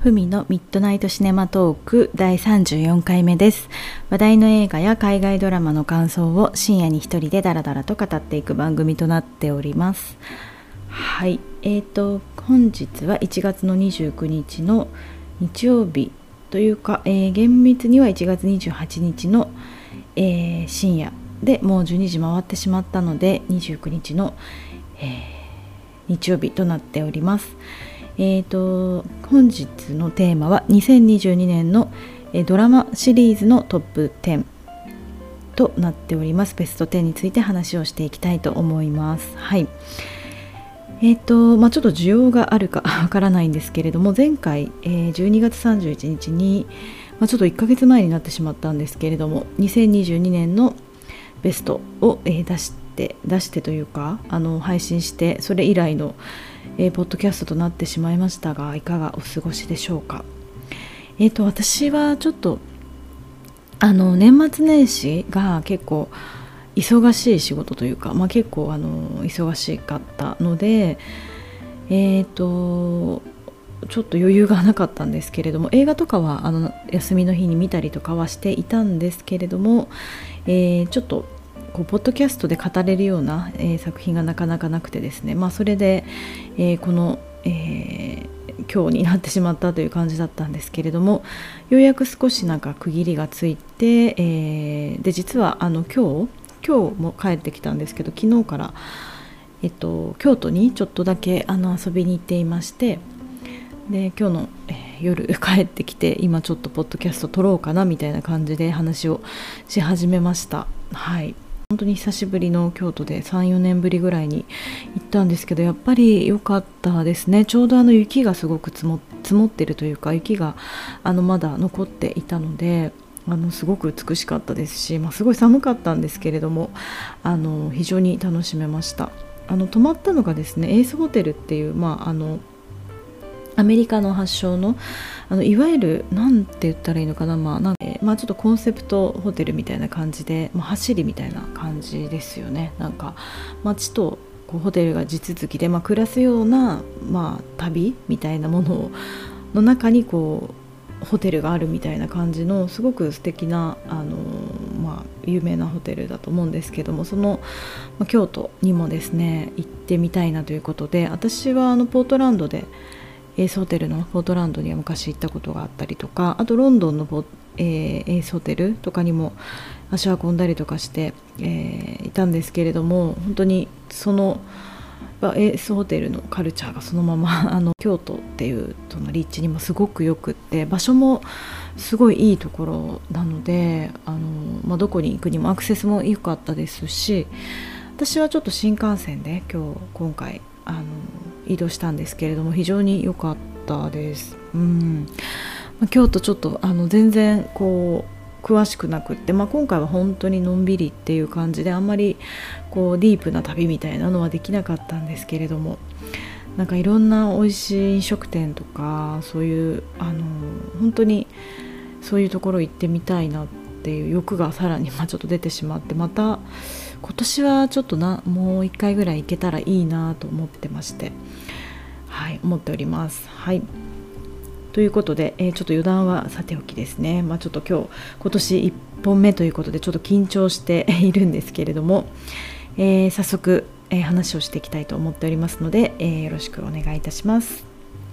ふみのミッドナイトシネマトーク第34回目です。話題の映画や海外ドラマの感想を深夜に一人でダラダラと語っていく番組となっております。はい、本日は1月の29日の日曜日というか、厳密には1月28日の、深夜でもう12時回ってしまったので29日の、日曜日となっております。本日のテーマは2022年のドラマシリーズのトップ10となっております。ベスト10について話をしていきたいと思います。はい。ちょっと需要があるかわからないんですけれども、前回、12月31日に、ちょっと1ヶ月前になってしまったんですけれども、2022年のベストを、出してというか配信して、それ以来のポッドキャストとなってしまいましたが、いかがお過ごしでしょうか。私はちょっと年末年始が結構忙しい仕事というか、結構忙しかったので、ちょっと余裕がなかったんですけれども、映画とかは休みの日に見たりとかはしていたんですけれども、ちょっとポッドキャストで語れるような、作品がなかなかなくてですね、それで、この、今日になってしまったという感じだったんですけれども、ようやく少し区切りがついて、で実は今日も帰ってきたんですけど、昨日から、京都にちょっとだけ遊びに行っていまして、で今日の、夜帰ってきて、今ちょっとポッドキャスト撮ろうかなみたいな感じで話をし始めました。はい、本当に久しぶりの京都で 3,4 年ぶりぐらいに行ったんですけど、やっぱり良かったですね。ちょうど雪がすごく積もってるというか、雪がまだ残っていたので、すごく美しかったですし、すごい寒かったんですけれども、非常に楽しめました。泊まったのがですね、エースホテルっていう、アメリカの発祥のいわゆるなんて言ったらいいのかな、ちょっとコンセプトホテルみたいな感じで、走りみたいな感じですよね。街とホテルが地続きで、暮らすような、旅みたいなものの中にホテルがあるみたいな感じの、すごく素敵な有名なホテルだと思うんですけども、その、京都にもですね行ってみたいなということで、私はポートランドでエースホテルのポートランドには昔行ったことがあったりとか、あとロンドンのエースホテルとかにも足を運んだりとかして、いたんですけれども、本当にそのエースホテルのカルチャーがそのまま京都っていうその立地にもすごくよくって、場所もすごいいいところなので、どこに行くにもアクセスも良かったですし、私はちょっと新幹線で今回移動したんですけれども、非常に良かったです。京都ちょっと全然詳しくなくって、今回は本当にのんびりっていう感じで、あんまりディープな旅みたいなのはできなかったんですけれども、いろんな美味しい飲食店とか、そういう本当にそういうところ行ってみたいなっていう欲がさらにちょっと出てしまって、また今年はちょっともう一回ぐらい行けたらいいなと思ってまして、思っております。ということで、ちょっと余談はさておきですね、ちょっと今年1本目ということでちょっと緊張しているんですけれども、早速、話をしていきたいと思っておりますので、よろしくお願いいたします。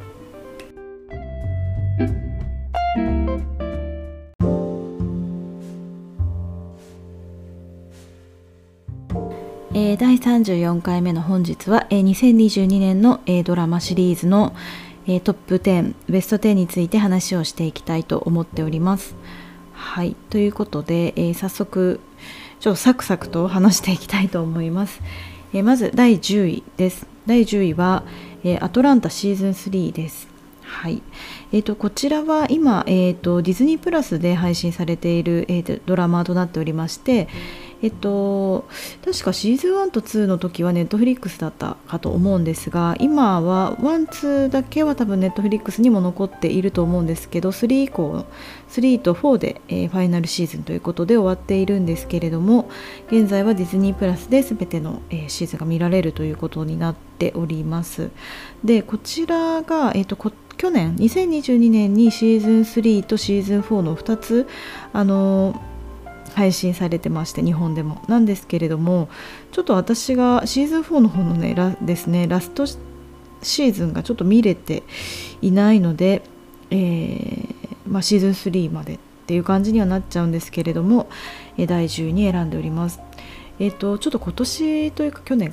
第34回目の本日は、2022年の、ドラマシリーズの、トップ10ベスト10について話をしていきたいと思っております。ということで、早速ちょっとサクサクと話していきたいと思います。まず第10位です。第10位は、アトランタシーズン3です。こちらは今、ディズニープラスで配信されている、ドラマとなっておりまして、 確かシーズン1と2の時はネットフリックスだったかと思うんですが、今は1、2だけは多分ネットフリックスにも残っていると思うんですけど、3以降、3と4で、ファイナルシーズンということで終わっているんですけれども、現在はディズニープラスで全ての、シーズンが見られるということになっております。でこちらが、去年2022年にシーズン3とシーズン4の2つ配信されてまして、日本でもなんですけれども、ちょっと私がシーズン4の方のねですね、ラストシーズンがちょっと見れていないので、シーズン3までっていう感じにはなっちゃうんですけれども、第10位に選んでおります。ちょっと今年というか去年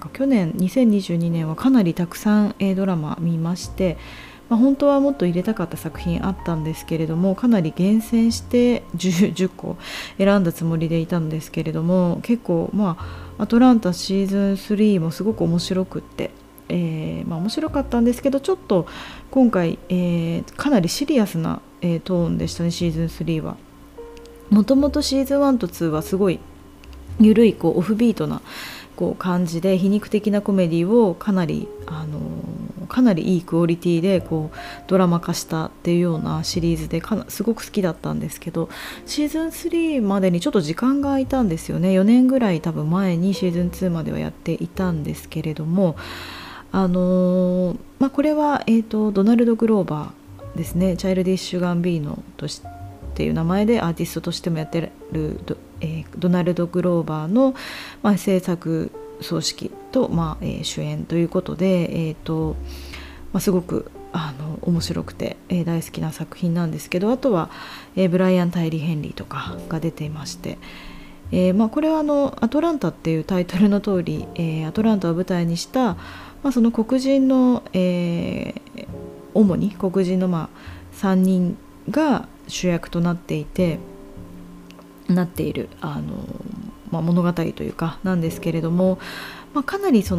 2022年はかなりたくさん、ドラマ見まして、本当はもっと入れたかった作品あったんですけれども、かなり厳選して10個選んだつもりでいたんですけれども、結構アトランタシーズン3もすごく面白くって、面白かったんですけど、ちょっと今回、かなりシリアスな、トーンでしたね。シーズン3はもともとシーズン1と2はすごい緩いオフビートな感じで、皮肉的なコメディをかなりいいクオリティでドラマ化したっていうようなシリーズですごく好きだったんですけど、シーズン3までにちょっと時間が空いたんですよね。4年ぐらい多分前にシーズン2まではやっていたんですけれども、これは、ドナルド・グローバーですね。チャイルディッシュ・ガンビーノとしてっていう名前でアーティストとしてもやってるドナルド・グローバーの、制作総指揮と、主演ということで、すごく面白くて、大好きな作品なんですけど、あとは、ブライアン・タイリー・ヘンリーとかが出ていまして、これはアトランタっていうタイトルの通り、アトランタを舞台にした、その黒人の、主に黒人の3人が主役となっている物語というかなんですけれども、かなり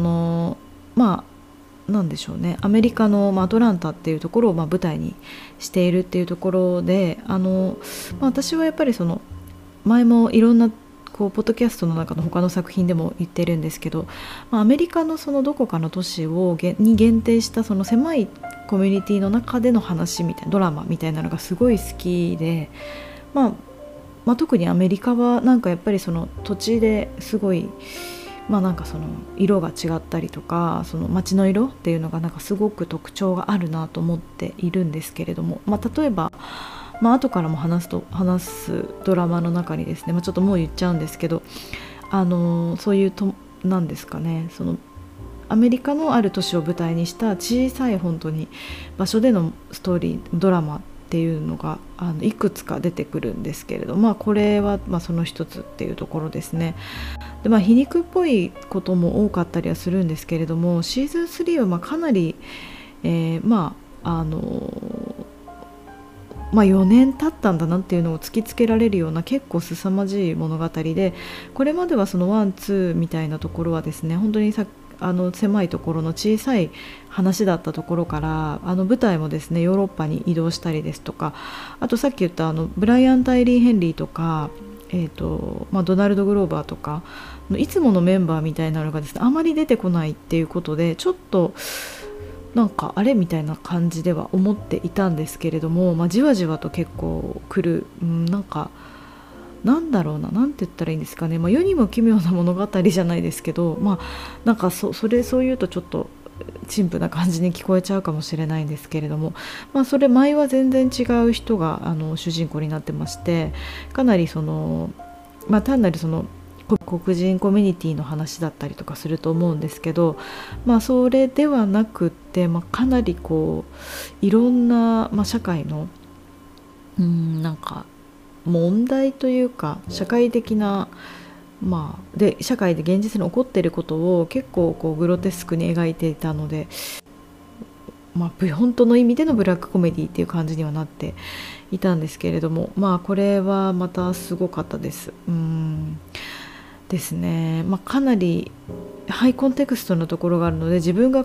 なんでしょうね、アメリカの、アトランタっていうところを、舞台にしているっていうところで、私はやっぱり前もいろんなポッドキャストの中の他の作品でも言ってるんですけど、アメリカのどこかの都市に限定した狭いコミュニティの中での話みたいなドラマみたいなのがすごい好きで、特にアメリカはなんかやっぱり土地ですごい色が違ったりとか、街の色っていうのがなんかすごく特徴があるなと思っているんですけれども、例えば後からも話すドラマの中にですね、ちょっともう言っちゃうんですけど、そういうなんですかね、アメリカのある都市を舞台にした小さい本当に場所でのストーリードラマっていうのがいくつか出てくるんですけれど、これはその一つっていうところですね。で、皮肉っぽいことも多かったりはするんですけれども、シーズン3はかなり、4年経ったんだなっていうのを突きつけられるような結構凄まじい物語で、これまではワンツーみたいなところはですね、本当に狭いところの小さい話だったところから、舞台もですねヨーロッパに移動したりですとか、あとさっき言ったブライアン・タイリー・ヘンリーとか、ドナルド・グローバーとかいつものメンバーみたいなのがですねあまり出てこないっていうことで、ちょっとなんかあれみたいな感じでは思っていたんですけれども、じわじわと結構来る、なんだろうな、なんて言ったらいいんですかね、世にも奇妙な物語じゃないですけど、なんかそう言うとちょっと陳腐な感じに聞こえちゃうかもしれないんですけれども、それ前は全然違う人が主人公になってまして、かなり単なる黒人コミュニティの話だったりとかすると思うんですけど、それではなくって、かなりいろんな、社会のなんか問題というか社会的な、で社会で現実に起こっていることを結構グロテスクに描いていたので、本当の意味でのブラックコメディっていう感じにはなっていたんですけれども、これはまたすごかったですですね。かなりハイコンテクストのところがあるので、自分が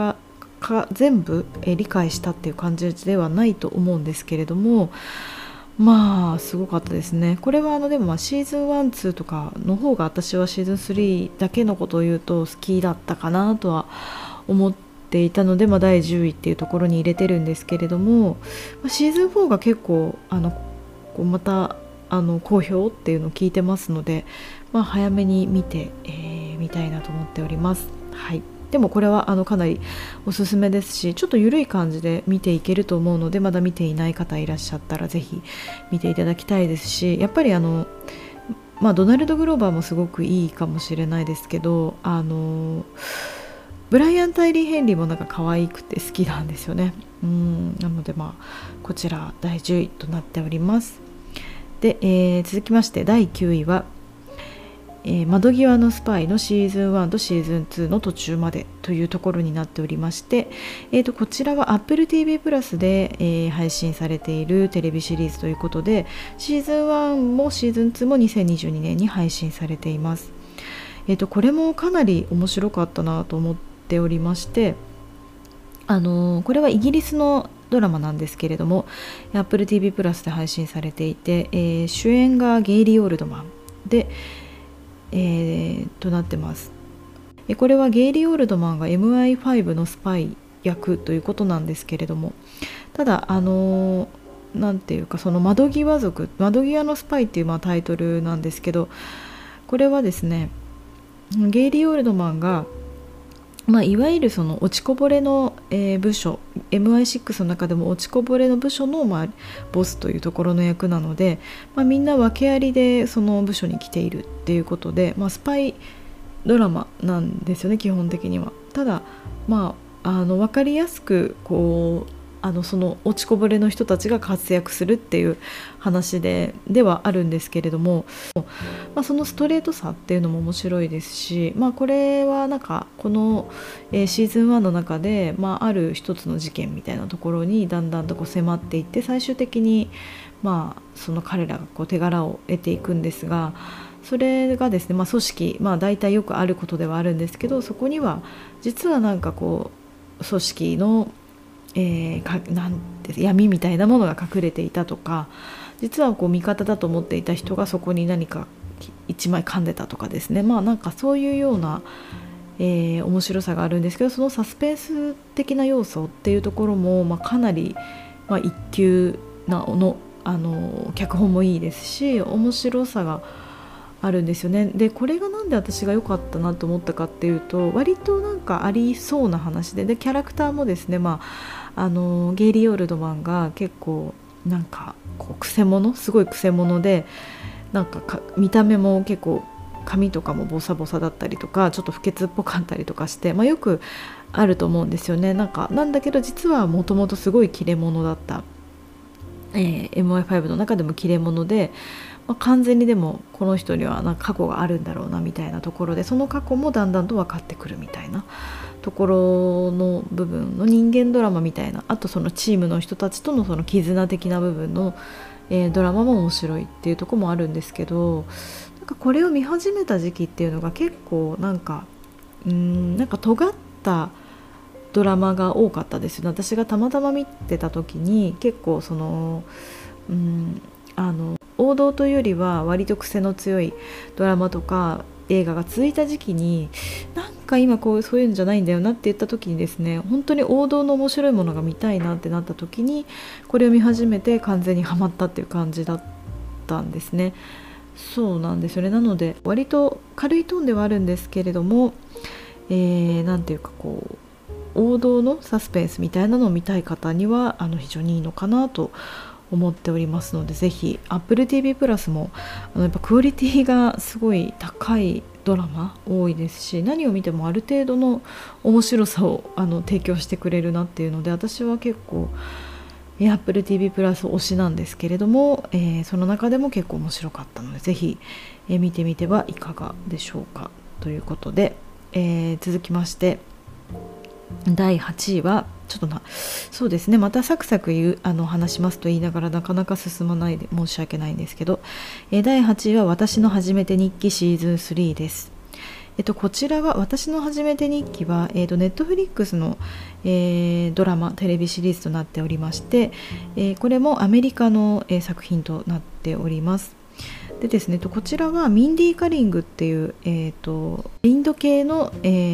全部理解したっていう感じではないと思うんですけれども、 まあすごかったですね。これはでもシーズン1、2とかの方が私はシーズン3だけのことを言うと好きだったかなとは思っていたので、第10位っていうところに入れてるんですけれども、シーズン4が結構こうまた好評っていうのを聞いてますので、早めに見てみたいなと思っております。はい。でもこれはかなりおすすめですし、ちょっと緩い感じで見ていけると思うので、まだ見ていない方いらっしゃったらぜひ見ていただきたいですし、やっぱりドナルド・グローバーもすごくいいかもしれないですけど、ブライアン・タイリー・ヘンリーもなんか可愛くて好きなんですよね。なのでこちら第10位となっております。で、続きまして第9位は窓際のスパイのシーズン1とシーズン2の途中までというところになっておりまして、こちらは Apple TV プラスで、配信されているテレビシリーズということで、シーズン1もシーズン2も2022年に配信されています。これもかなり面白かったなと思っておりまして、これはイギリスのドラマなんですけれども Apple TV プラスで配信されていて、主演がゲイリー・オールドマンで、となってます。これはゲイリー・オールドマンが MI5 のスパイ役ということなんですけれども、ただなんていうか、その窓際のスパイっていうタイトルなんですけど、これはですね、ゲイリー・オールドマンがいわゆるその落ちこぼれの、部署 MI6 の中でも落ちこぼれの部署の、ボスというところの役なので、みんな訳ありでその部署に来ているっていうことで、スパイドラマなんですよね、基本的には。ただ分かりやすくこうその落ちこぼれの人たちが活躍するっていう話ではあるんですけれども、そのストレートさっていうのも面白いですし、これはなんかこの、シーズン1の中で、ある一つの事件みたいなところにだんだんとこう迫っていって、最終的に、その彼らがこう手柄を得ていくんですが、それがですね、組織、大体よくあることではあるんですけど、そこには実はなんかこう組織のなんて闇みたいなものが隠れていたとか、実はこう味方だと思っていた人がそこに何か一枚噛んでたとかですね、なんかそういうような、面白さがあるんですけど、そのサスペンス的な要素っていうところも、かなり、一級な脚本もいいですし、面白さがあるんですよね。でこれがなんで私が良かったなと思ったかっていうと、割となんかありそうな話で、キャラクターもですね、ゲイリー・オールドマンが結構なんかこうすごいくせ者で、なんか見た目も結構髪とかもボサボサだったりとか、ちょっと不潔っぽかったりとかして、よくあると思うんですよね。なんだけど実はもともとすごい切れ者だった、MI5 の中でも切れ者で、完全にでもこの人にはなんか過去があるんだろうなみたいなところで、その過去もだんだんと分かってくるみたいなところの部分の人間ドラマみたいな、あとそのチームの人たちとのその絆的な部分の、ドラマも面白いっていうところもあるんですけど、なんかこれを見始めた時期っていうのが結構なんか尖ったドラマが多かったですよね。私がたまたま見てた時に結構その王道というよりは割と癖の強いドラマとか映画が続いた時期に、なんか今そういうんじゃないんだよなって言った時にですね、本当に王道の面白いものが見たいなってなった時にこれを見始めて完全にハマったっていう感じだったんですね。そうなんですよね。なので割と軽いトーンではあるんですけれども、なんていうかこう王道のサスペンスみたいなのを見たい方には非常にいいのかなと思っておりますので、ぜひ Apple TV プラスもやっぱクオリティがすごい高いドラマ多いですし、何を見てもある程度の面白さを提供してくれるなっていうので、私は結構Apple TV プラス推しなんですけれども、その中でも結構面白かったので、ぜひ、見てみてはいかがでしょうかということで、続きまして第8位はちょっとそうですね、またサクサク話しますと言いながらなかなか進まないで申し訳ないんですけど、第8位は私の初めて日記シーズン3です。 こちらは私の初めて日記は、ネットフリックスの、ドラマテレビシリーズとなっておりまして、これもアメリカの、作品となっております。でですね、こちらはミンディ・カリングっていう、インド系の、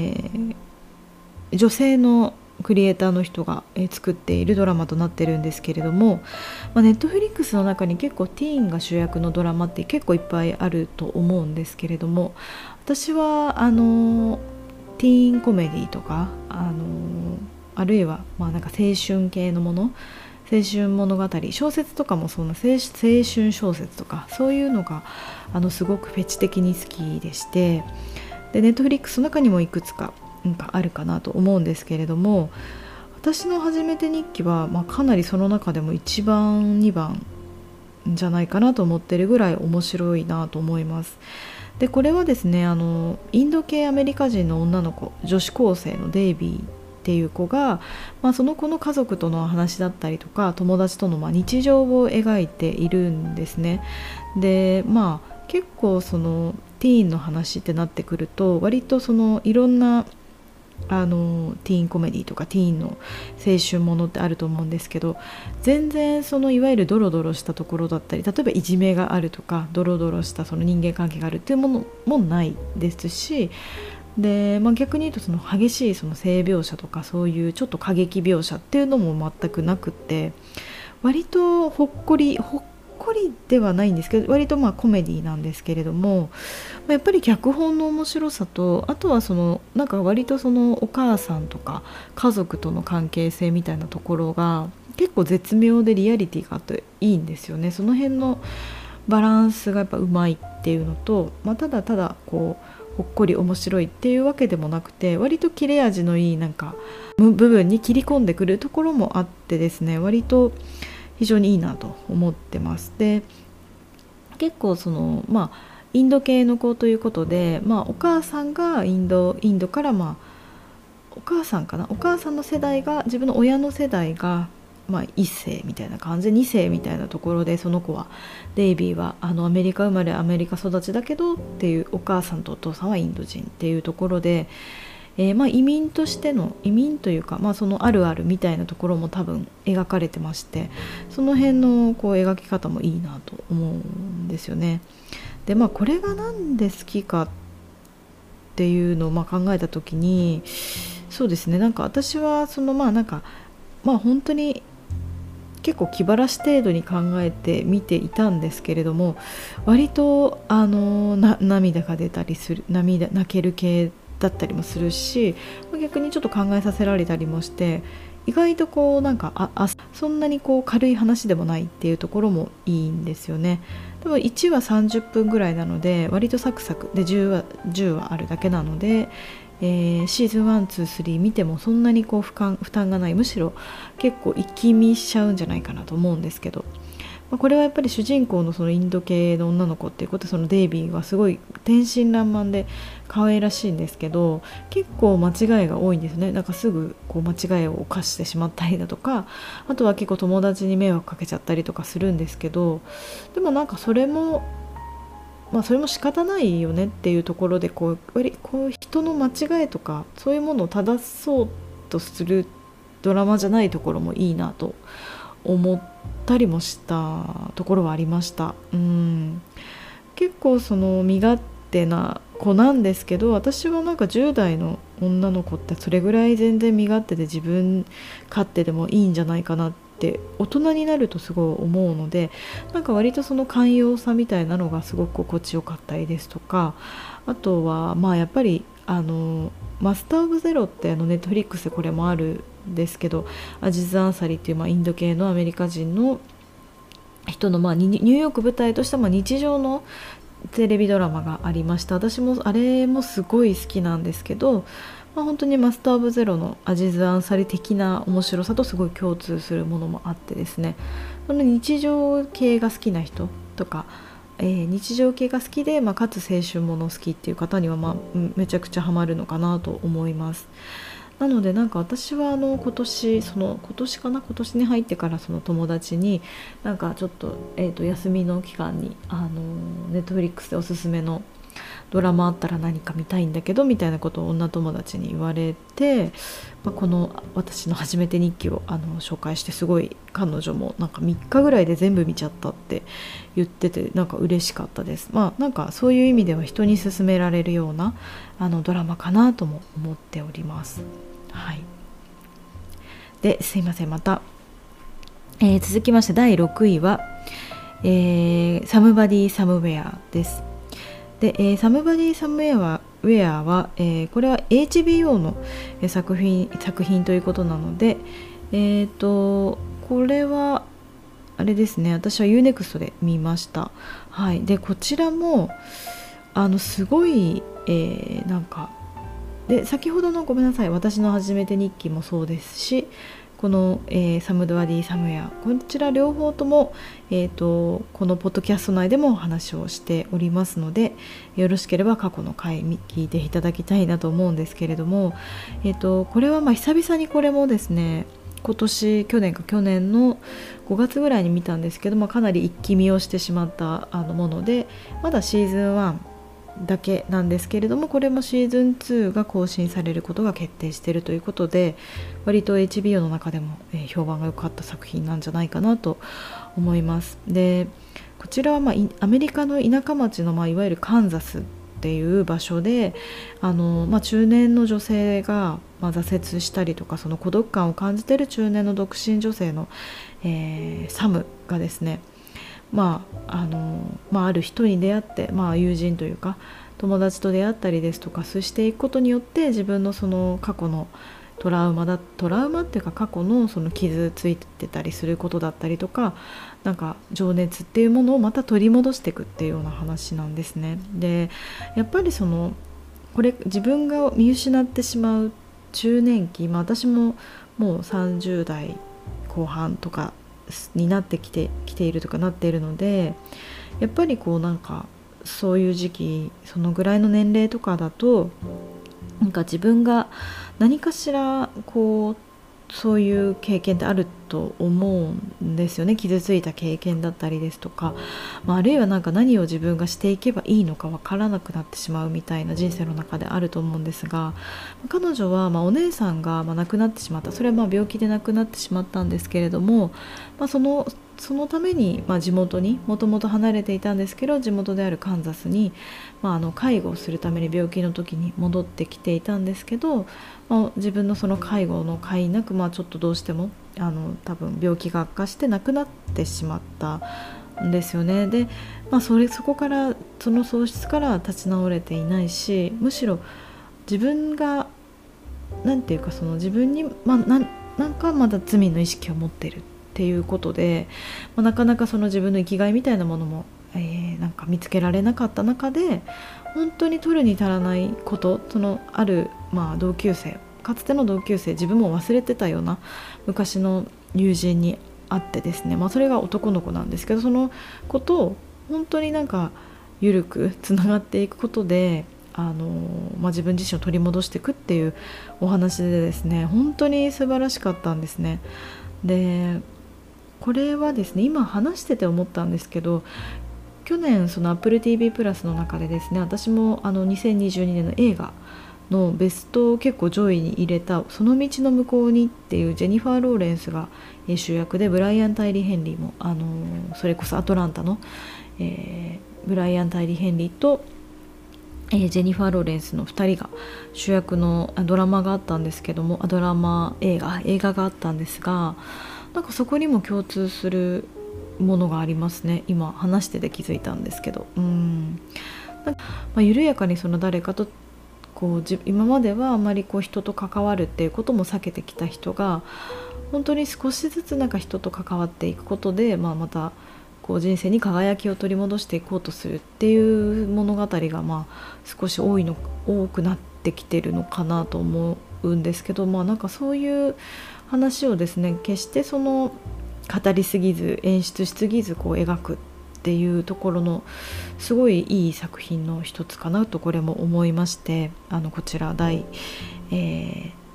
女性のクリエイターの人が作っているドラマとなってるんですけれども、ネットフリックスの中に結構ティーンが主役のドラマって結構いっぱいあると思うんですけれども、私はティーンコメディとかあるいはなんか青春系のもの、青春物語、小説とかもその青春小説とかそういうのがすごくフェチ的に好きでして、でネットフリックスの中にもいくつかあるかなと思うんですけれども、私の初めて日記は、かなりその中でも1番2番じゃないかなと思ってるぐらい面白いなと思います。でこれはですね、インド系アメリカ人の女の子、女子高生のデイビーっていう子が、その子の家族との話だったりとか友達との日常を描いているんですね。で結構そのティーンの話ってなってくると割とそのいろんなティーンコメディとかティーンの青春ものってあると思うんですけど、全然そのいわゆるドロドロしたところだったり、例えばいじめがあるとかドロドロしたその人間関係があるっていうものもないですし、で、逆に言うとその激しいその性描写とかそういうちょっと過激描写っていうのも全くなくって、割とほっこりではないんですけど、割とコメディなんですけれども、やっぱり脚本の面白さと、あとはそのなんか割とそのお母さんとか家族との関係性みたいなところが結構絶妙でリアリティがあっていいんですよね。その辺のバランスがやっぱうまいっていうのと、ただただこうほっこり面白いっていうわけでもなくて、割と切れ味のいいなんか部分に切り込んでくるところもあってですね、割と非常にいいなと思ってます。で結構そのインド系の子ということで、お母さんがインドからお母さんかな、お母さんの世代が自分の親の世代が1世みたいな感じで2世みたいなところで、その子はデイビーはアメリカ生まれアメリカ育ちだけどっていう、お母さんとお父さんはインド人っていうところで、移民としての移民というか、そのあるあるみたいなところも多分描かれてまして、その辺のこう描き方もいいなと思うんですよね。でこれがなんで好きかっていうのを考えた時に、そうですね、なんか私はその本当に結構気晴らし程度に考えて見ていたんですけれども、割と涙が出たりする、泣ける系だったりもするし、逆にちょっと考えさせられたりもして、意外とこうなんかそんなにこう軽い話でもないっていうところもいいんですよね。でも1話30分ぐらいなので割とサクサクで、10話あるだけなので、シーズン1、2、3見てもそんなにこう負担がない、むしろ結構一気見しちゃうんじゃないかなと思うんですけど、これはやっぱり主人公のそのインド系の女の子っていうことで、そのデイビーはすごい天真爛漫で可愛らしいんですけど、結構間違いが多いんですね。なんかすぐこう間違いを犯してしまったりだとか、あとは結構友達に迷惑かけちゃったりとかするんですけど、でもなんかそれも仕方ないよねっていうところで、こう人の間違いとかそういうものを正そうとするドラマじゃないところもいいなと思ったりもしたところはありました。結構その身勝手な子なんですけど、私はなんか10代の女の子ってそれぐらい全然身勝手で自分勝手でもいいんじゃないかなって大人になるとすごい思うので、なんか割とその寛容さみたいなのがすごく心地よかったりですとか、あとはやっぱりマスター・オブ・ゼロってネットフリックスでこれもあるんですけど、アジズ・アンサリっていうインド系のアメリカ人の人のニューヨーク舞台とした日常のテレビドラマがありました。私もあれもすごい好きなんですけど、本当にマスター・オブ・ゼロのアジズ・アンサリ的な面白さとすごい共通するものもあってですね、その日常系が好きな人とか、日常系が好きで、かつ青春もの好きっていう方には、めちゃくちゃハマるのかなと思います。なのでなんか私は今年に入ってからその友達になんかちょっと、休みの期間にネットフリックスでおすすめのドラマあったら何か見たいんだけどみたいなことを女友達に言われて、この私の初めて日記を紹介して、すごい彼女もなんか3日ぐらいで全部見ちゃったって言ってて、なんか嬉しかったです。なんかそういう意味では人に勧められるようなドラマかなとも思っております。はい。ですいません、また、続きまして第6位は、Somebody Somewhere です。で、Somebody Somewhere は、これは HBO の作品ということなので、これはあれですね、私は Unext で見ました。はい。でこちらもすごい、なんかで先ほどのごめんなさい、私の初めて日記もそうですし、この、サムドワディ・サムウェア、こちら両方とも、このポッドキャスト内でもお話をしておりますので、よろしければ過去の回聞いていただきたいなと思うんですけれども、これは久々にこれもですね、去年の5月ぐらいに見たんですけど、かなり一気見をしてしまったもので、まだシーズン1だけなんですけれども、これもシーズン2が更新されることが決定しているということで、割と HBO の中でも、評判が良かった作品なんじゃないかなと思います。でこちらは、アメリカの田舎町の、いわゆるカンザスっていう場所で中年の女性が、挫折したりとか、その孤独感を感じている中年の独身女性の、サムがですね、ある人に出会って、友人というか友達と出会ったりですとかしていくことによって、自分のその過去のトラウマっていうか、過去のその傷ついてたりすることだったりとか、なんか情熱っていうものをまた取り戻していくっていうような話なんですね。でやっぱりこれ自分が見失ってしまう中年期、私ももう30代後半とかになってきているとかなっているので、やっぱりなんかそういう時期、そのぐらいの年齢とかだと、なんか自分が何かしらそういう経験ってあると思うんですよね。傷ついた経験だったりですとか、あるいはなんか何を自分がしていけばいいのかわからなくなってしまうみたいな人生の中であると思うんですが、彼女はお姉さんが亡くなってしまった。それは病気で亡くなってしまったんですけれども、そのために、地元にもともと離れていたんですけど、地元であるカンザスに、介護をするために病気の時に戻ってきていたんですけど、自分のその介護の甲斐なく、ちょっとどうしても多分病気が悪化して亡くなってしまったんですよね。で、そこからその喪失から立ち直れていないし、むしろ自分がなんていうか、自分に、なんかまだ罪の意識を持っているっていうことで、なかなか自分の生きがいみたいなものも、なんか見つけられなかった中で、本当に取るに足らないこと、ある、同級生、かつての同級生、自分も忘れてたような昔の友人に会ってですね、それが男の子なんですけど、そのことを本当になんか緩くつながっていくことで、自分自身を取り戻していくっていうお話でですね、本当に素晴らしかったんですね。でこれはですね、今話してて思ったんですけど、去年Apple TV プラスの中でですね、私も2022年の映画のベストを結構上位に入れたその道の向こうにっていう、ジェニファー・ローレンスが主役で、ブライアン・タイリー・ヘンリーもそれこそアトランタの、ブライアン・タイリー・ヘンリーとジェニファー・ローレンスの2人が主役のドラマがあったんですけども、映画があったんですが、なんかそこにも共通するものがありますね。今話してて気づいたんですけど、なんか緩やかに誰かと今まではあまり人と関わるっていうことも避けてきた人が、本当に少しずつなんか人と関わっていくことで、また人生に輝きを取り戻していこうとするっていう物語が少し多くなってきてるのかなと思うんですけど、なんかそういう話をですね、決して語りすぎず演出しすぎず描くっていうところのすごいいい作品の一つかなと、これも思いまして、こちら第、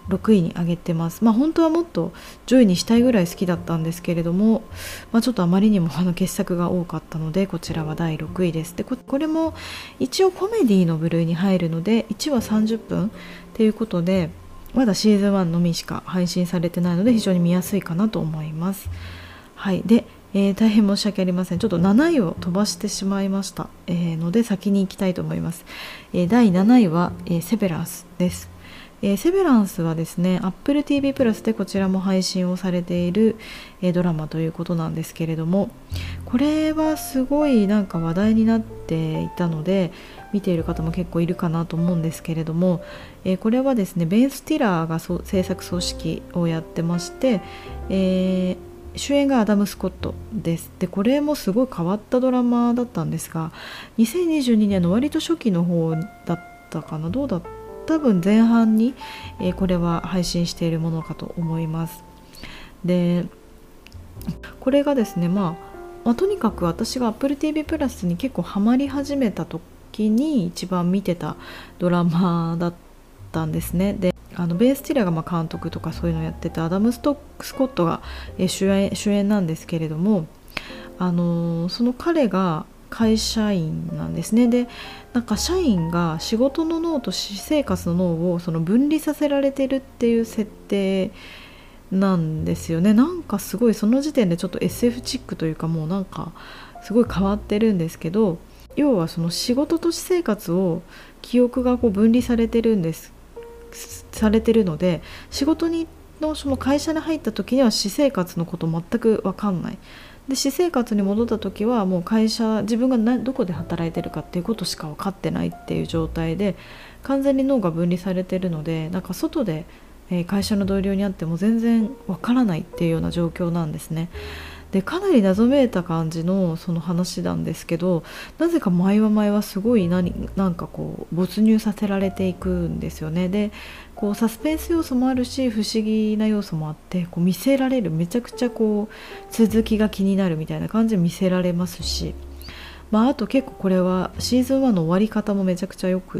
6位に上げてます。本当はもっと上位にしたいぐらい好きだったんですけれども、ちょっとあまりにも傑作が多かったので、こちらは第6位です。でこれも一応コメディの部類に入るので、1話30分ということで、まだシーズン1のみしか配信されてないので非常に見やすいかなと思います。はい。で、大変申し訳ありません。ちょっと7位を飛ばしてしまいました、ので先に行きたいと思います。第7位は、セベランスです。セベランスはですね Apple TV プラスでこちらも配信をされている、ドラマということなんですけれども、これはすごいなんか話題になっていたので見ている方も結構いるかなと思うんですけれども、これはですねベン・スティラーが制作総指揮をやってまして、主演がアダム・スコットです。でこれもすごい変わったドラマだったんですが、2022年の割と初期の方だったかな、どうだった多分前半に、これは配信しているものかと思います。でこれがですね、とにかく私が Apple TV プラスに結構ハマり始めた時に一番見てたドラマだったんですね。でベン・スティラーが監督とかそういうのをやってて、アダム・スコットが主演なんですけれども、その彼が会社員なんですね。でなんか社員が仕事の脳と私生活の脳を分離させられてるっていう設定なんですよね。なんかすごいその時点でちょっと SF チックというか、もうなんかすごい変わってるんですけど、要はその仕事と私生活を記憶が分離されてるので、仕事のその会社に入った時には私生活のこと全く分かんない。で私生活に戻った時はもう自分がどこで働いてるかっていうことしか分かってないっていう状態で、完全に脳が分離されてるので、なんか外で会社の同僚に会っても全然分からないっていうような状況なんですね。でかなり謎めいた感じのその話なんですけど、なぜか毎はすごいなんか没入させられていくんですよね。でサスペンス要素もあるし不思議な要素もあって、見せられる、めちゃくちゃ続きが気になるみたいな感じで見せられますし、あと結構これはシーズン1の終わり方もめちゃくちゃよくって、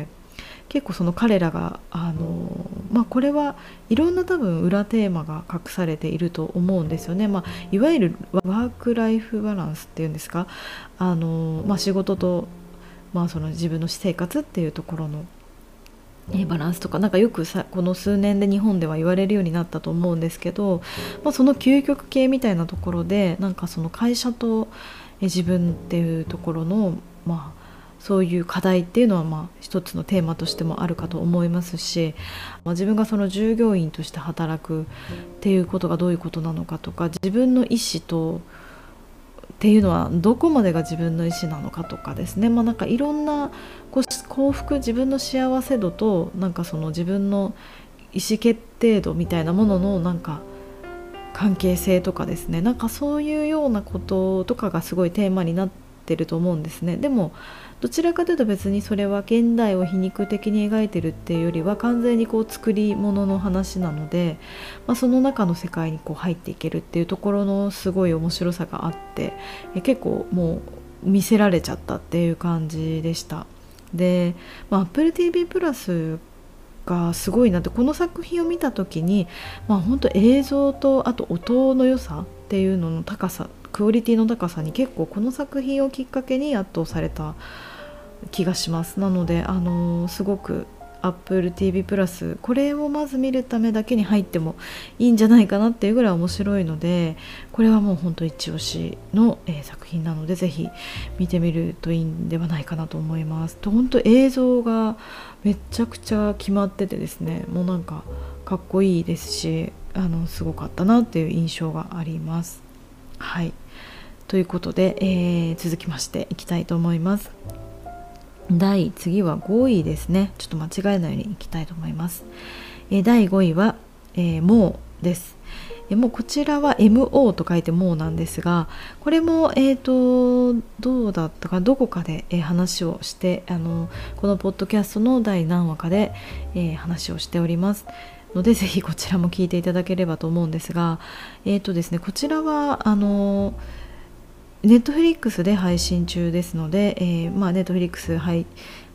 結構その彼らがこれはいろんな多分裏テーマが隠されていると思うんですよね。いわゆるワークライフバランスっていうんですか、仕事と、その自分の私生活っていうところのバランスとか、なんかよくこの数年で日本では言われるようになったと思うんですけど、その究極系みたいなところで、なんかその会社と自分っていうところのそういう課題っていうのは一つのテーマとしてもあるかと思いますし、自分がその従業員として働くっていうことがどういうことなのかとか、自分の意思とっていうのはどこまでが自分の意思なのかとかですね、なんかいろんな幸福、自分の幸せ度となんかその自分の意思決定度みたいなもののなんか関係性とかですね、なんかそういうようなこととかがすごいテーマになってると思うんですね。でもどちらかというと別にそれは現代を皮肉的に描いてるっていうよりは完全に作り物の話なので、その中の世界に入っていけるっていうところのすごい面白さがあって、結構もう見せられちゃったっていう感じでした。で、Apple TV プラスがすごいなって、この作品を見た時に、本当映像とあと音の良さっていうのの高さ、クオリティの高さに結構この作品をきっかけに圧倒された気がします。なのですごく Apple TV プラスこれをまず見るためだけに入ってもいいんじゃないかなっていうぐらい面白いので、これはもう本当一押しの、作品なのでぜひ見てみるといいんではないかなと思います。本当映像がめちゃくちゃ決まっててですね、もうなんかかっこいいですし、すごかったなっていう印象があります。はい、ということで、続きましていきたいと思います。次は5位ですね。ちょっと間違えないようにいきたいと思います。第5位は、もうです。もうこちらは MO と書いてもうなんですが、これも、どうだったかどこかで、話をしてこのポッドキャストの第何話かで、話をしておりますので、ぜひこちらも聞いていただければと思うんですが、ですね、こちらはネットフリックスで配信中ですので、ネットフリックス配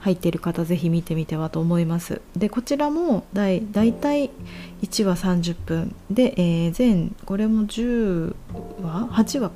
入っている方ぜひ見てみてはと思います。でこちらもだいたい1話30分で、全これも10話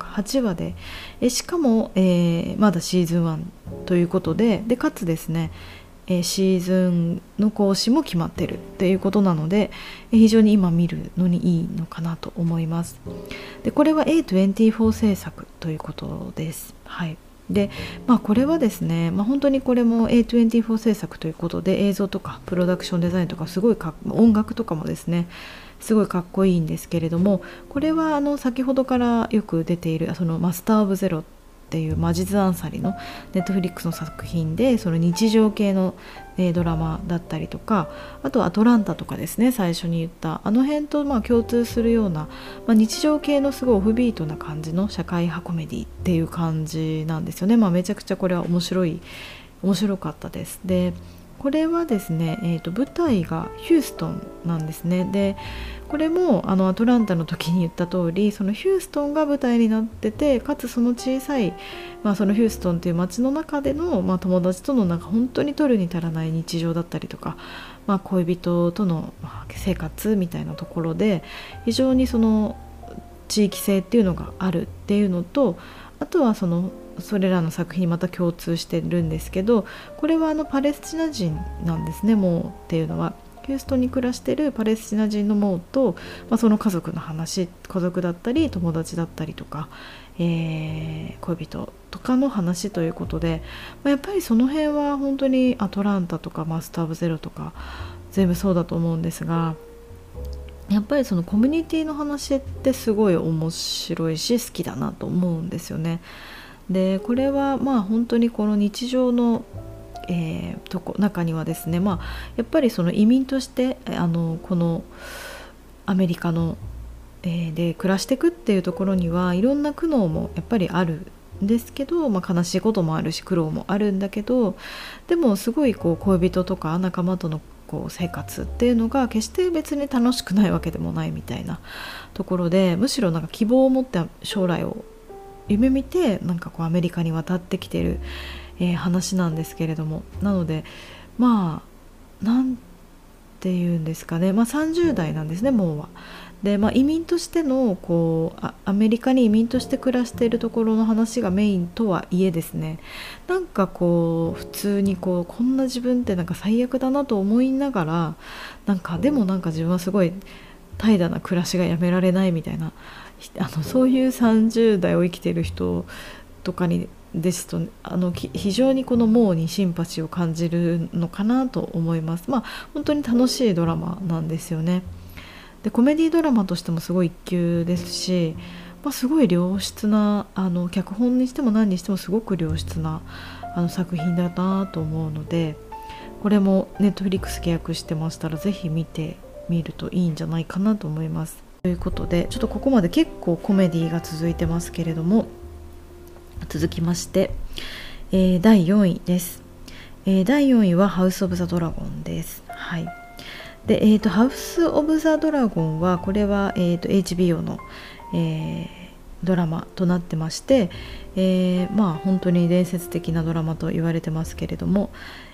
8話で、しかも、まだシーズン1ということで、かつですね、シーズンの更新も決まってるっていうことなので、非常に今見るのにいいのかなと思います。でこれは A24 制作ということです。はい。でこれはですね、本当にこれも A24 制作ということで、映像とかプロダクションデザインとかすごい音楽とかもですねすごいかっこいいんですけれども、これは先ほどからよく出ているそのマスター・オブ・ゼロっていうマジズ・アンサリのネットフリックスの作品で、その日常系の、ドラマだったりとか、あとアトランタとかですね、最初に言ったあの辺と共通するような、日常系のすごいオフビートな感じの社会派コメディっていう感じなんですよね。めちゃくちゃこれは面白かったです。でこれはですね、舞台がヒューストンなんですね。でこれもアトランタの時に言った通り、そのヒューストンが舞台になってて、かつその小さい、そのヒューストンという街の中での、友達との本当に取るに足らない日常だったりとか、恋人との、生活みたいなところで非常にその地域性っていうのがあるっていうのと、あとはそれらの作品にまた共通してるんですけど、これはパレスチナ人なんですね。モーっていうのはヒューストンに暮らしているパレスチナ人のモーと、その家族の話、家族だったり友達だったりとか、恋人とかの話ということで、やっぱりその辺は本当にアトランタとかマスター・オブ・ゼロとか全部そうだと思うんですが、やっぱりそのコミュニティの話ってすごい面白いし好きだなと思うんですよね。でこれは本当にこの日常の、中にはですね、やっぱりその移民としてこのアメリカの、で暮らしていくっていうところにはいろんな苦悩もやっぱりあるんですけど、悲しいこともあるし苦労もあるんだけど、でもすごい恋人とか仲間との生活っていうのが決して別に楽しくないわけでもないみたいなところで、むしろ希望を持って将来を夢見てアメリカに渡ってきてる、話なんですけれども、なのでなんていうんですかね、30代なんですね、モーは。で、移民としてのアメリカに移民として暮らしているところの話がメインとはいえですね、普通にこんな自分って最悪だなと思いながら、でも自分はすごい怠惰な暮らしがやめられないみたいな、そういう30代を生きている人とかにですと、非常にこのモーにシンパシーを感じるのかなと思います。本当に楽しいドラマなんですよね。でコメディドラマとしてもすごい一級ですし、すごい良質な脚本にしても何にしてもすごく良質な作品だなと思うので、これもネットフリックス契約してましたらぜひ見てみるといいんじゃないかなと思います。ということで、ちょっとここまで結構コメディが続いてますけれども、続きまして、第4位です。第4位はハウス・オブ・ザ・ドラゴンです。はい。で、ハウス・オブ・ザ・ドラゴンはこれは、HBO の、ドラマとなってまして、本当に伝説的なドラマと言われてますけれども、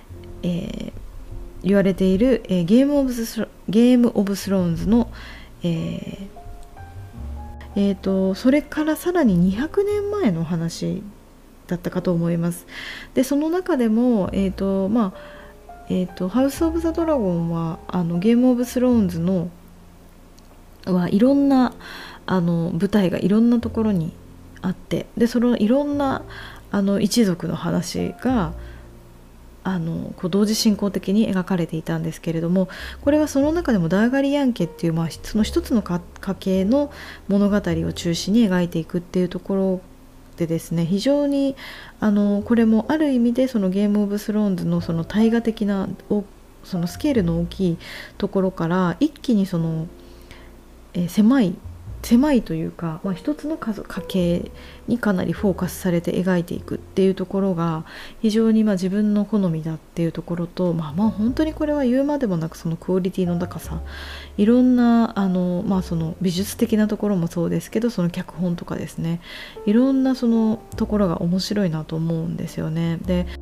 言われている、ゲーム・オブ・スローンズの、それからさらに200年前の話だったかと思います。でその中でも、ハウス・オブ・ザ・ドラゴンはゲーム・オブ・スローンズのはいろんな舞台がいろんなところにあって、でそのいろんな一族の話が同時進行的に描かれていたんですけれども、これはその中でもダーガリアン家っていう、その一つの家系の物語を中心に描いていくっていうところでですね、非常にこれもある意味でそのゲーム・オブ・スローンズのその大河的なそのスケールの大きいところから一気にその、狭いというか、一つの家系にかなりフォーカスされて描いていくっていうところが非常に自分の好みだっていうところと、本当にこれは言うまでもなくそのクオリティの高さ、いろんなその美術的なところもそうですけど、その脚本とかですね、いろんなそのところが面白いなと思うんですよね。で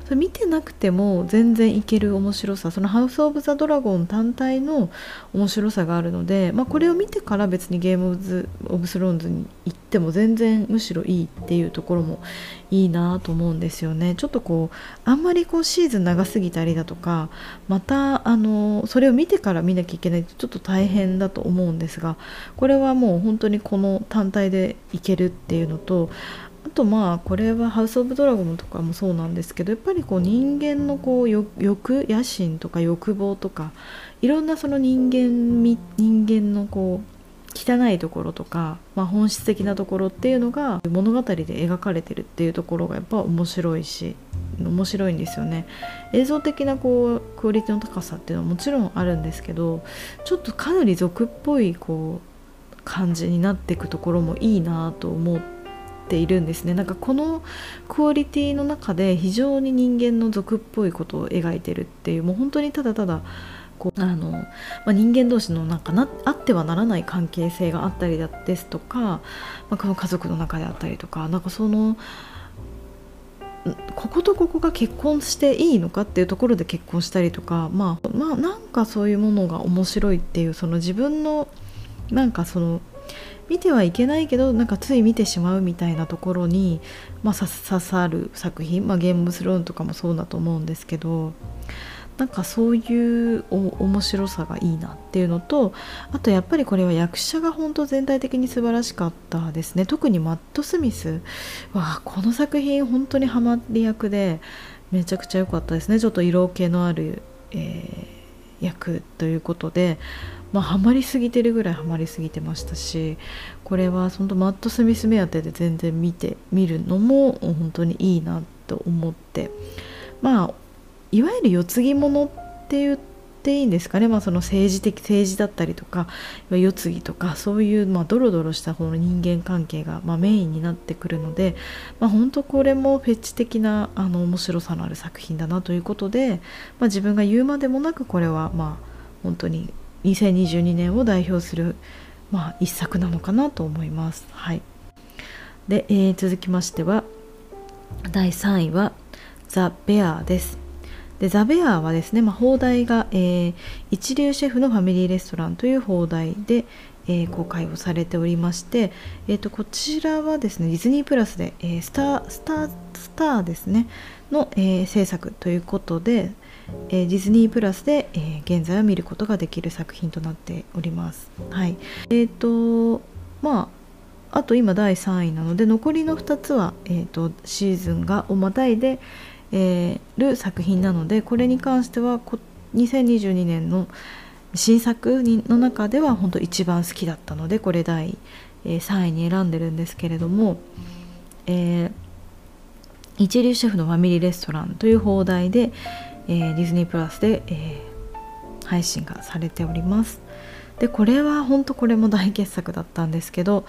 それ見てなくても全然いける面白さ、そのハウス・オブ・ザ・ドラゴン単体の面白さがあるので、これを見てから別にゲーム・オブ・スローンズに行っても全然むしろいいっていうところもいいなと思うんですよね。ちょっとあんまりシーズン長すぎたりだとか、またそれを見てから見なきゃいけないとちょっと大変だと思うんですが、これはもう本当にこの単体でいけるっていうのと、あとこれはハウス・オブ・ドラゴンとかもそうなんですけど、やっぱり人間の野心とか欲望とか、いろんなその人間の汚いところとか、本質的なところっていうのが物語で描かれてるっていうところがやっぱ面白いんですよね。映像的なクオリティの高さっていうのはもちろんあるんですけど、ちょっとかなり俗っぽい感じになっていくところもいいなと思っているんですね。なんかこのクオリティの中で非常に人間の俗っぽいことを描いてるっていう、もう本当にただただ人間同士のあってはならない関係性があったりですとか、この家族の中であったりとか、こことここが結婚していいのかっていうところで結婚したりとか、なんかそういうものが面白いっていう、その自分の見てはいけないけどつい見てしまうみたいなところに、刺さる作品、ゲームオブスローンとかもそうだと思うんですけど、そういう面白さがいいなっていうのと、あとやっぱりこれは役者が本当全体的に素晴らしかったですね。特にマット・スミスはこの作品本当にハマり役でめちゃくちゃ良かったですね。ちょっと色気のある、役ということで、ハマりすぎてるぐらいハマりすぎてましたし、これは本当マット・スミス目当てで全然見るのも本当にいいなと思って、いわゆる世継ぎものって言っていいんですかね。その政治だったりとか世継ぎとか、そういうドロドロしたこの人間関係がメインになってくるので、本当これもフェチ的な面白さのある作品だなということで、自分が言うまでもなくこれは本当に2022年を代表する一作なのかなと思います。はい。で、続きましては第3位はザ・ベアです。でザ・ベアはですね、邦題が、一流シェフのファミリーレストランという邦題で、公開をされておりまして、こちらはですねディズニープラスで、スターですねの、制作ということで、ディズニープラスで、現在は見ることができる作品となっております。はい。あと今第3位なので、残りの2つは、シーズンをまたいでる作品なので、これに関しては2022年の新作の中では本当一番好きだったので、これ第3位に選んでるんですけれども、一流シェフのファミリーレストランという邦題で、ディズニープラスで、配信がされております。でこれは本当これも大傑作だったんですけど、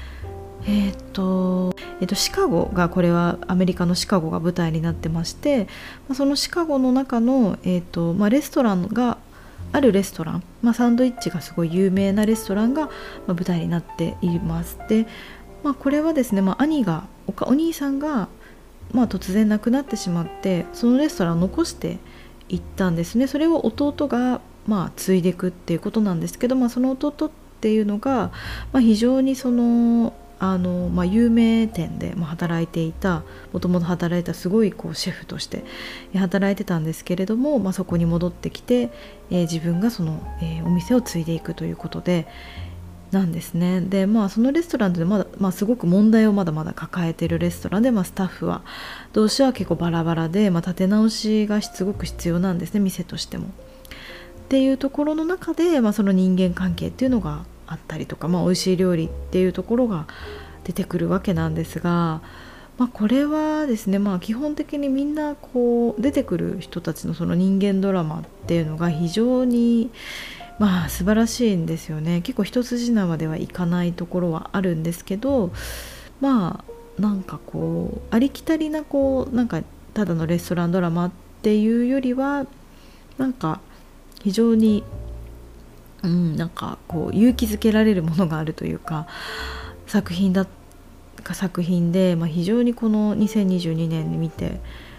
シカゴが、これはアメリカのシカゴが舞台になってまして、そのシカゴの中の、レストランがあるレストラン、サンドイッチがすごい有名なレストランが、舞台になっています。で、これはですね、お兄さんが、突然亡くなってしまって、そのレストランを残していったんですね。それを弟が、継いでいくっていうことなんですけど、その弟っていうのが、非常に有名店で働いていた、もともと働いたすごいシェフとして働いてたんですけれども、そこに戻ってきて、自分がその、お店を継いでいくということでなんですね。でそのレストランですごく問題をまだまだ抱えているレストランで、スタッフは同士は結構バラバラで、立て直しがすごく必要なんですね、店としても。っていうところの中で、その人間関係っていうのがあったりとか、美味しい料理っていうところが出てくるわけなんですが、これはですね、基本的にみんな出てくる人たちのその人間ドラマっていうのが非常に素晴らしいんですよね。結構一筋縄ではいかないところはあるんですけど、ありきたりなただのレストランドラマっていうよりは非常に勇気づけられるものがあるというか作品で、非常にこの2022年に見て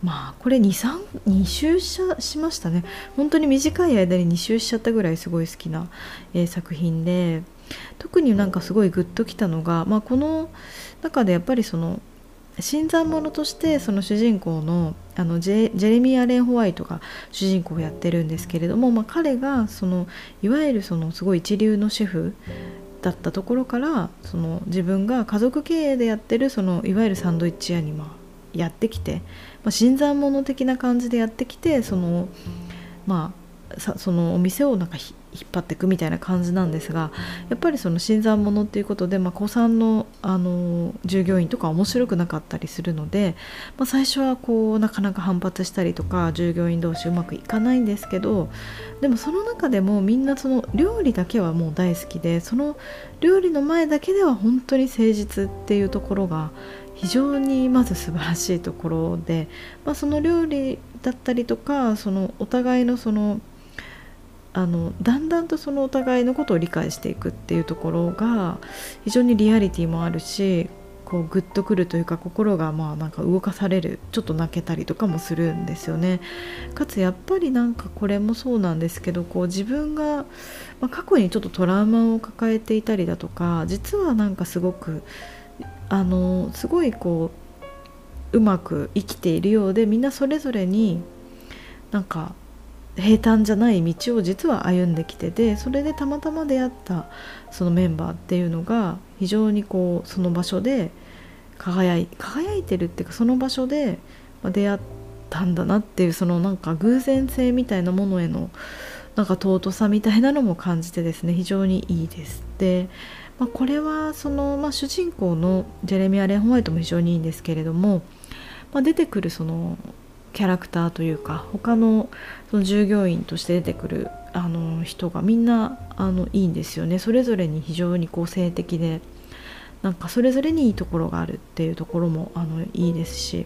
これ2周しましたね。本当に短い間に2周しちゃったぐらいすごい好きな、作品で、特になんかすごいグッときたのが、この中でやっぱりその新参者としてその主人公のジェレミー・アレン・ホワイトが主人公をやってるんですけれども、彼がそのいわゆるそのすごい一流のシェフだったところから、その自分が家族経営でやってるそのいわゆるサンドイッチ屋にやってきて、新参者的な感じでやってきて、そのそのお店をなんか引っ張っていくみたいな感じなんですが、やっぱりその新参者っていうことで、古参の、従業員とか面白くなかったりするので、最初はこうなかなか反発したりとか、従業員同士うまくいかないんですけど、でもその中でもみんなその料理だけはもう大好きで、その料理の前だけでは本当に誠実っていうところが非常にまず素晴らしいところで、その料理だったりとか、そのお互いのそのだんだんとそのお互いのことを理解していくっていうところが非常にリアリティもあるし、こうグッとくるというか、心がなんか動かされる、ちょっと泣けたりとかもするんですよね。かつやっぱりなんかこれもそうなんですけど、こう自分が、過去にちょっとトラウマを抱えていたりだとか、実はなんかすごくすごいこううまく生きているようで、みんなそれぞれになんか平坦じゃない道を実は歩んできてて、それでたまたま出会ったそのメンバーっていうのが非常にこうその場所で輝いてるっていうか、その場所で出会ったんだなっていう、そのなんか偶然性みたいなものへのなんか尊さみたいなのも感じてですね、非常にいいです。で、これはその、主人公のジェレミー・アレン・ホワイトも非常にいいんですけれども、出てくるそのキャラクターというか、他のその従業員として出てくる人がみんないいんですよね。それぞれに非常に個性的で、なんかそれぞれにいいところがあるっていうところもいいですし、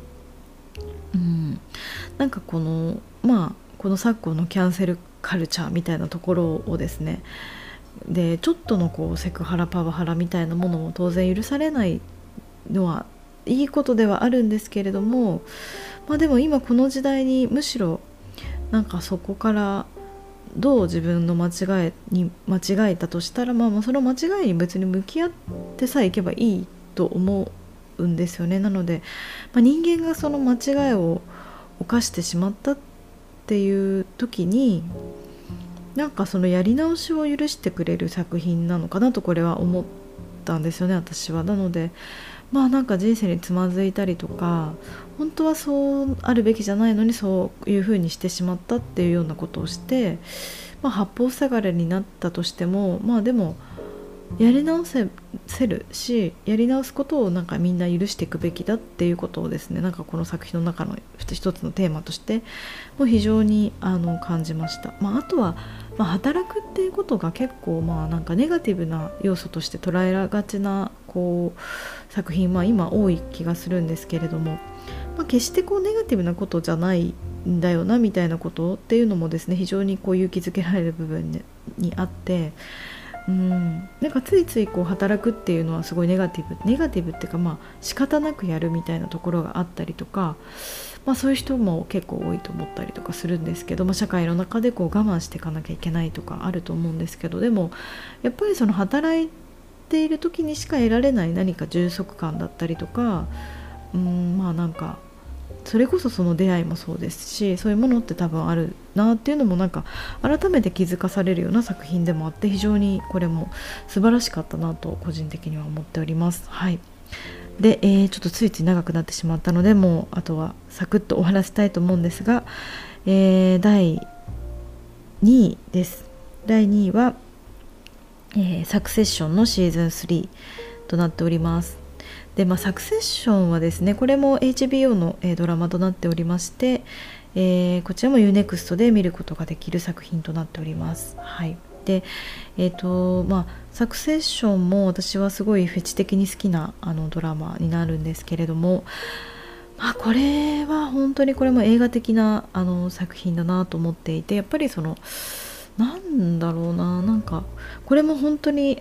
なんかこの昨今のキャンセルカルチャーみたいなところをですね、でちょっとのこうセクハラパワハラみたいなものも当然許されないのはいいことではあるんですけれども、でも今この時代にむしろなんかそこからどう自分の間違えたとしたら、その間違いに別に向き合ってさえいけばいいと思うんですよね。なので、人間がその間違いを犯してしまったっていう時に、なんかそのやり直しを許してくれる作品なのかなと、これは思ったんですよね、私は。なのでなんか人生につまずいたりとか、本当はそうあるべきじゃないのにそういう風にしてしまったっていうようなことをして、八方塞がれになったとしても、でもやり直せるし、やり直すことをなんかみんな許していくべきだっていうことをですね、なんかこの作品の中の一つのテーマとしても非常に感じました。あとは、働くっていうことが結構なんかネガティブな要素として捉えがちなこう作品今多い気がするんですけれども、決してこうネガティブなことじゃないんだよなみたいなことっていうのもですね、非常にこう勇気づけられる部分にあって、なんかついついこう働くっていうのはすごいネガティブっていうか、仕方なくやるみたいなところがあったりとか、そういう人も結構多いと思ったりとかするんですけど、社会の中でこう我慢していかなきゃいけないとかあると思うんですけど、でもやっぱりその働いている時にしか得られない何か充足感だったりとか、なんかそれこそその出会いもそうですし、そういうものって多分あるなっていうのもなんか改めて気づかされるような作品でもあって、非常にこれも素晴らしかったなと個人的には思っております。はい。で、ちょっとついつい長くなってしまったので、もうあとはサクッとお話したいと思うんですが、第2位です。第2位は、サクセッションのシーズン3となっております。で、サクセッションはですね、これも HBO の、ドラマとなっておりまして、こちらも UNEXT で見ることができる作品となっております。はい。で、サクセッションも私はすごいフェチ的に好きなドラマになるんですけれども、これは本当にこれも映画的な作品だなと思っていて、やっぱりそのなんだろうな、なんかこれも本当に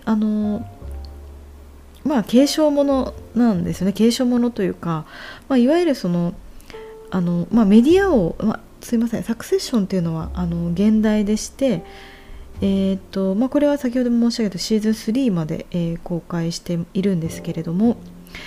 継承ものなんですよね。継承ものというか、いわゆるそのメディア王、すいません、サクセッションっていうのは現代でして、これは先ほども申し上げたシーズン3まで、公開しているんですけれども、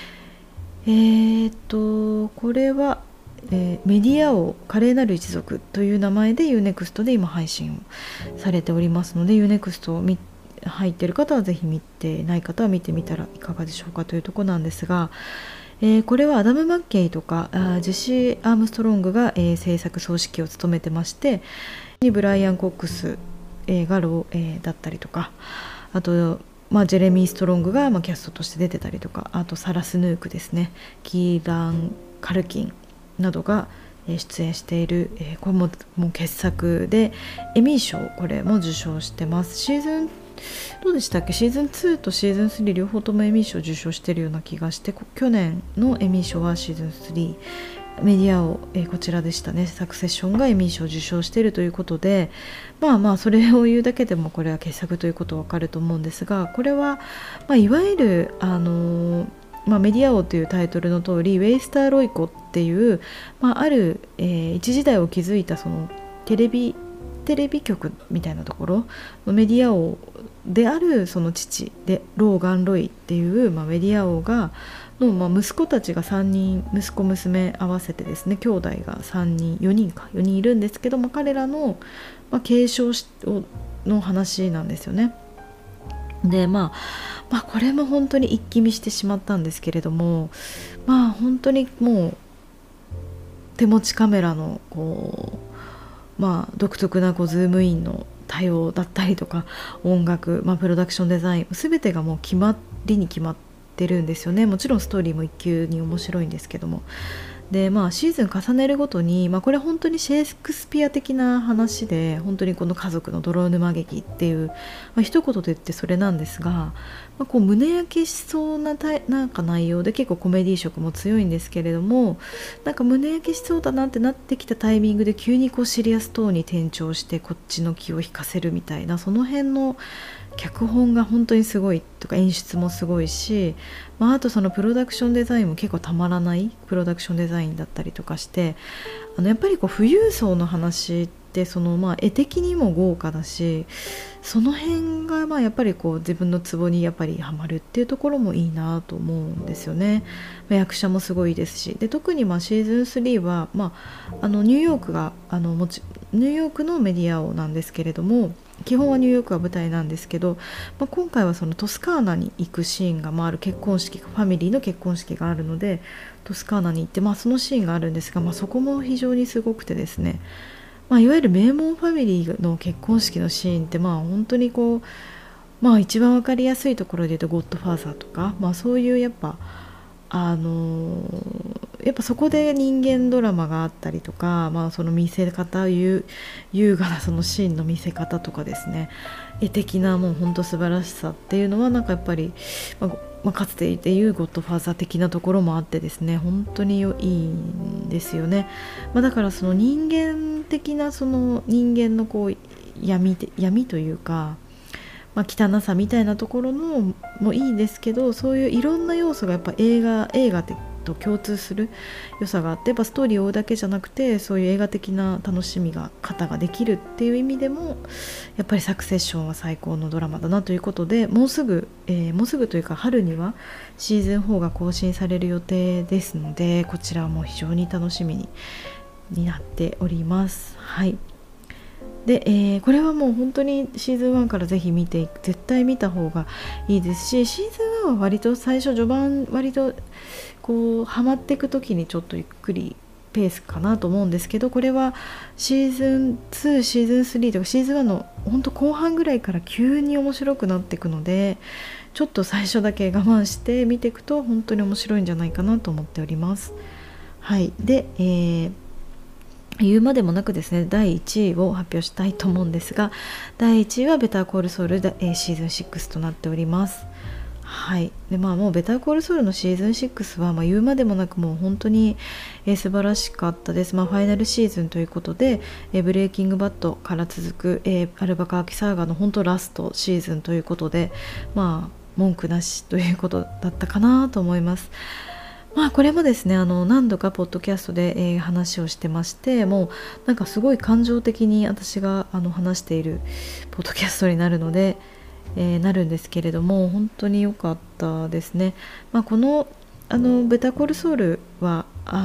これは、メディア王華麗なる一族という名前で UNEXT で今配信をされておりますので、 UNEXT を入っている方はぜひ見てない方は見てみたらいかがでしょうかというところなんですが、これはアダム・マッケイとかジェシー・アームストロングが、制作総指揮を務めてまして、ブライアン・コックス、がだったりとか、あと、ジェレミー・ストロングが、キャストとして出てたりとか、あとサラ・スヌークですね、キーラン・カルキンなどが出演している、これもう傑作で、エミー賞これも受賞してます。シーズンどうでしたっけ、シーズン2とシーズン3両方ともエミー賞受賞しているような気がして、去年のエミー賞はシーズン3、メディアを、こちらでしたね、サクセッションがエミー賞を受賞しているということで、それを言うだけでもこれは傑作ということは分かると思うんですが、これは、いわゆるメディア王というタイトルの通り、ウェイスター・ロイコっていう、ある、一時代を築いたそのテレビ局みたいなところのメディア王であるその父でローガン・ロイっていう、メディア王の息子たちが3人、息子娘合わせてですね、兄弟が4人いるんですけども、彼らの、継承の話なんですよね。でこれも本当に一気見してしまったんですけれども、本当にもう手持ちカメラの独特なズームインの対応だったりとか、音楽、プロダクションデザイン、全てがもう決まってるんですよね。もちろんストーリーも一級に面白いんですけども、でシーズン重ねるごとに、これ本当にシェイクスピア的な話で、本当にこの家族の泥沼劇っていう、一言で言ってそれなんですが、胸焼けしそうななんか内容で、結構コメディ色も強いんですけれども、なんか胸焼けしそうだなってなってきたタイミングで急にシリアストーンに転調してこっちの気を引かせるみたいな、その辺の脚本が本当にすごいとか、演出もすごいし、あとそのプロダクションデザインも結構たまらないプロダクションデザインだったりとかして、やっぱり富裕層の話って絵的にも豪華だし、その辺がやっぱり自分のツボにやっぱりハマるっていうところもいいなと思うんですよね。役者もすごいですし、で特にシーズン3は、ニューヨークがニューヨークのメディア王なんですけれども、基本はニューヨークが舞台なんですけど、今回はそのトスカーナに行くシーンが、ある結婚式、ファミリーの結婚式があるのでトスカーナに行って、そのシーンがあるんですが、そこも非常にすごくてですね、いわゆる名門ファミリーの結婚式のシーンって本当に一番分かりやすいところで言うとゴッドファーザーとか、そういうやっぱそこで人間ドラマがあったりとか、その見せ方、優雅なそのシーンの見せ方とかですね、絵的なもう本当素晴らしさっていうのはやっぱり、かつてでいうゴッドファーザー的なところもあってですね、本当にいいんですよね。だからその人間的なその人間の闇というか、汚さみたいなところのもいいですけど、そういういろんな要素がやっぱ映画と共通する良さがあって、ストーリーを追うだけじゃなくて、そういう映画的な楽しみ方ができるっていう意味でも、やっぱりサクセッションは最高のドラマだなということで、もうすぐというか春にはシーズン4が更新される予定ですので、こちらはもう非常に楽しみになっております。はい。で、これはもう本当にシーズン1からぜひ絶対見た方がいいですし、シーズン1は割と最初序盤割とハマっていく時にちょっとゆっくりペースかなと思うんですけど、これはシーズン2、シーズン3とかシーズン1の本当後半ぐらいから急に面白くなっていくので、ちょっと最初だけ我慢して見ていくと本当に面白いんじゃないかなと思っております。はい。で、言うまでもなくですね、第1位を発表したいと思うんですが、第1位はベターコールソウルシーズン6となっております。はい。でもうベターコールソウルのシーズン6は言うまでもなくもう本当に素晴らしかったです。ファイナルシーズンということで、ブレイキングバッドから続くアルバカーキサーガの本当ラストシーズンということで、文句なしということだったかなと思います。 これもですね何度かポッドキャストで、話をしてまして、もうなんかすごい感情的に私が話しているポッドキャストになるので、なるんですけれども、本当に良かったですね。このベタコルソールは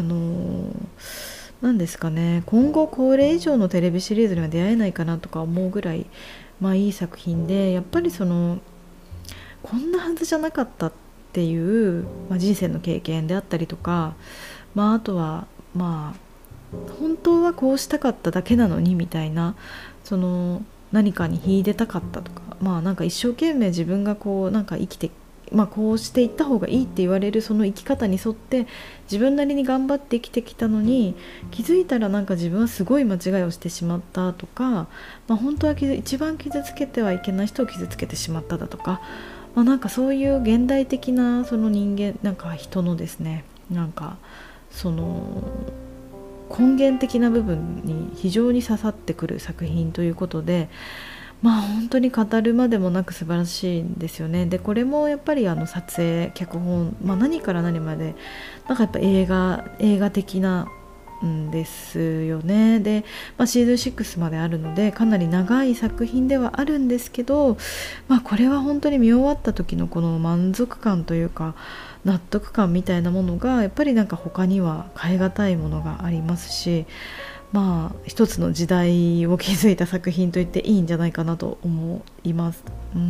何ですかね、今後これ以上のテレビシリーズには出会えないかなとか思うぐらい、いい作品で、やっぱりこんなはずじゃなかったっていう、人生の経験であったりとか、あとは本当はこうしたかっただけなのにみたいな、何かに秀でたかったとか、なんか一生懸命自分がなんか生きて、こうしていった方がいいって言われるその生き方に沿って自分なりに頑張って生きてきたのに、気づいたらなんか自分はすごい間違いをしてしまったとか、本当は一番傷つけてはいけない人を傷つけてしまっただとか、なんかそういう現代的なその人間、なんか人のですね、なんかその根源的な部分に非常に刺さってくる作品ということで、本当に語るまでもなく素晴らしいんですよね。でこれもやっぱり撮影脚本、何から何までなんかやっぱ映画的なんですよね。で、シーズン6まであるのでかなり長い作品ではあるんですけど、これは本当に見終わった時のこの満足感というか納得感みたいなものがやっぱりなんか他には変え難いものがありますし、一つの時代を築いた作品と言っていいんじゃないかなと思います。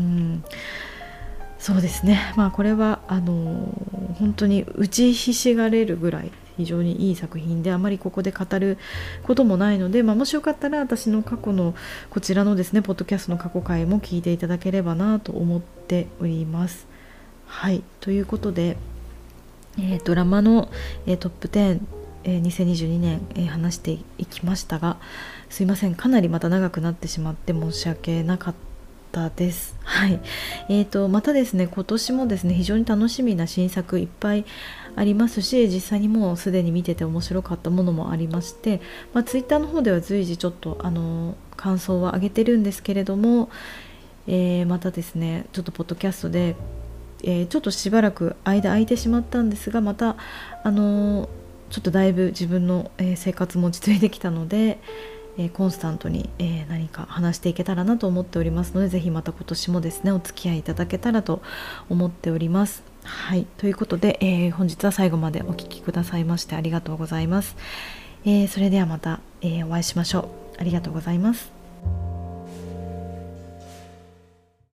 そうですね、これは本当に打ちひしがれるぐらい非常にいい作品で、あまりここで語ることもないので、もしよかったら私の過去のこちらのですねポッドキャストの過去回も聞いていただければなと思っております。はい、ということで、ドラマの、トップ10、2022年、話していきましたが、すいません、かなりまた長くなってしまって申し訳なかったです。はい、またですね、今年もですね非常に楽しみな新作いっぱいありますし、実際にもうすでに見てて面白かったものもありまして、ツイッターの方では随時ちょっと感想は上げてるんですけれども、またですねちょっとポッドキャストで、ちょっとしばらく間空いてしまったんですが、またちょっとだいぶ自分の、生活も落ち着いてきたので、コンスタントに、何か話していけたらなと思っておりますので、ぜひまた今年もですねお付き合いいただけたらと思っております。はい、ということで、本日は最後までお聞きくださいましてありがとうございます。それではまた、お会いしましょう。ありがとうございます。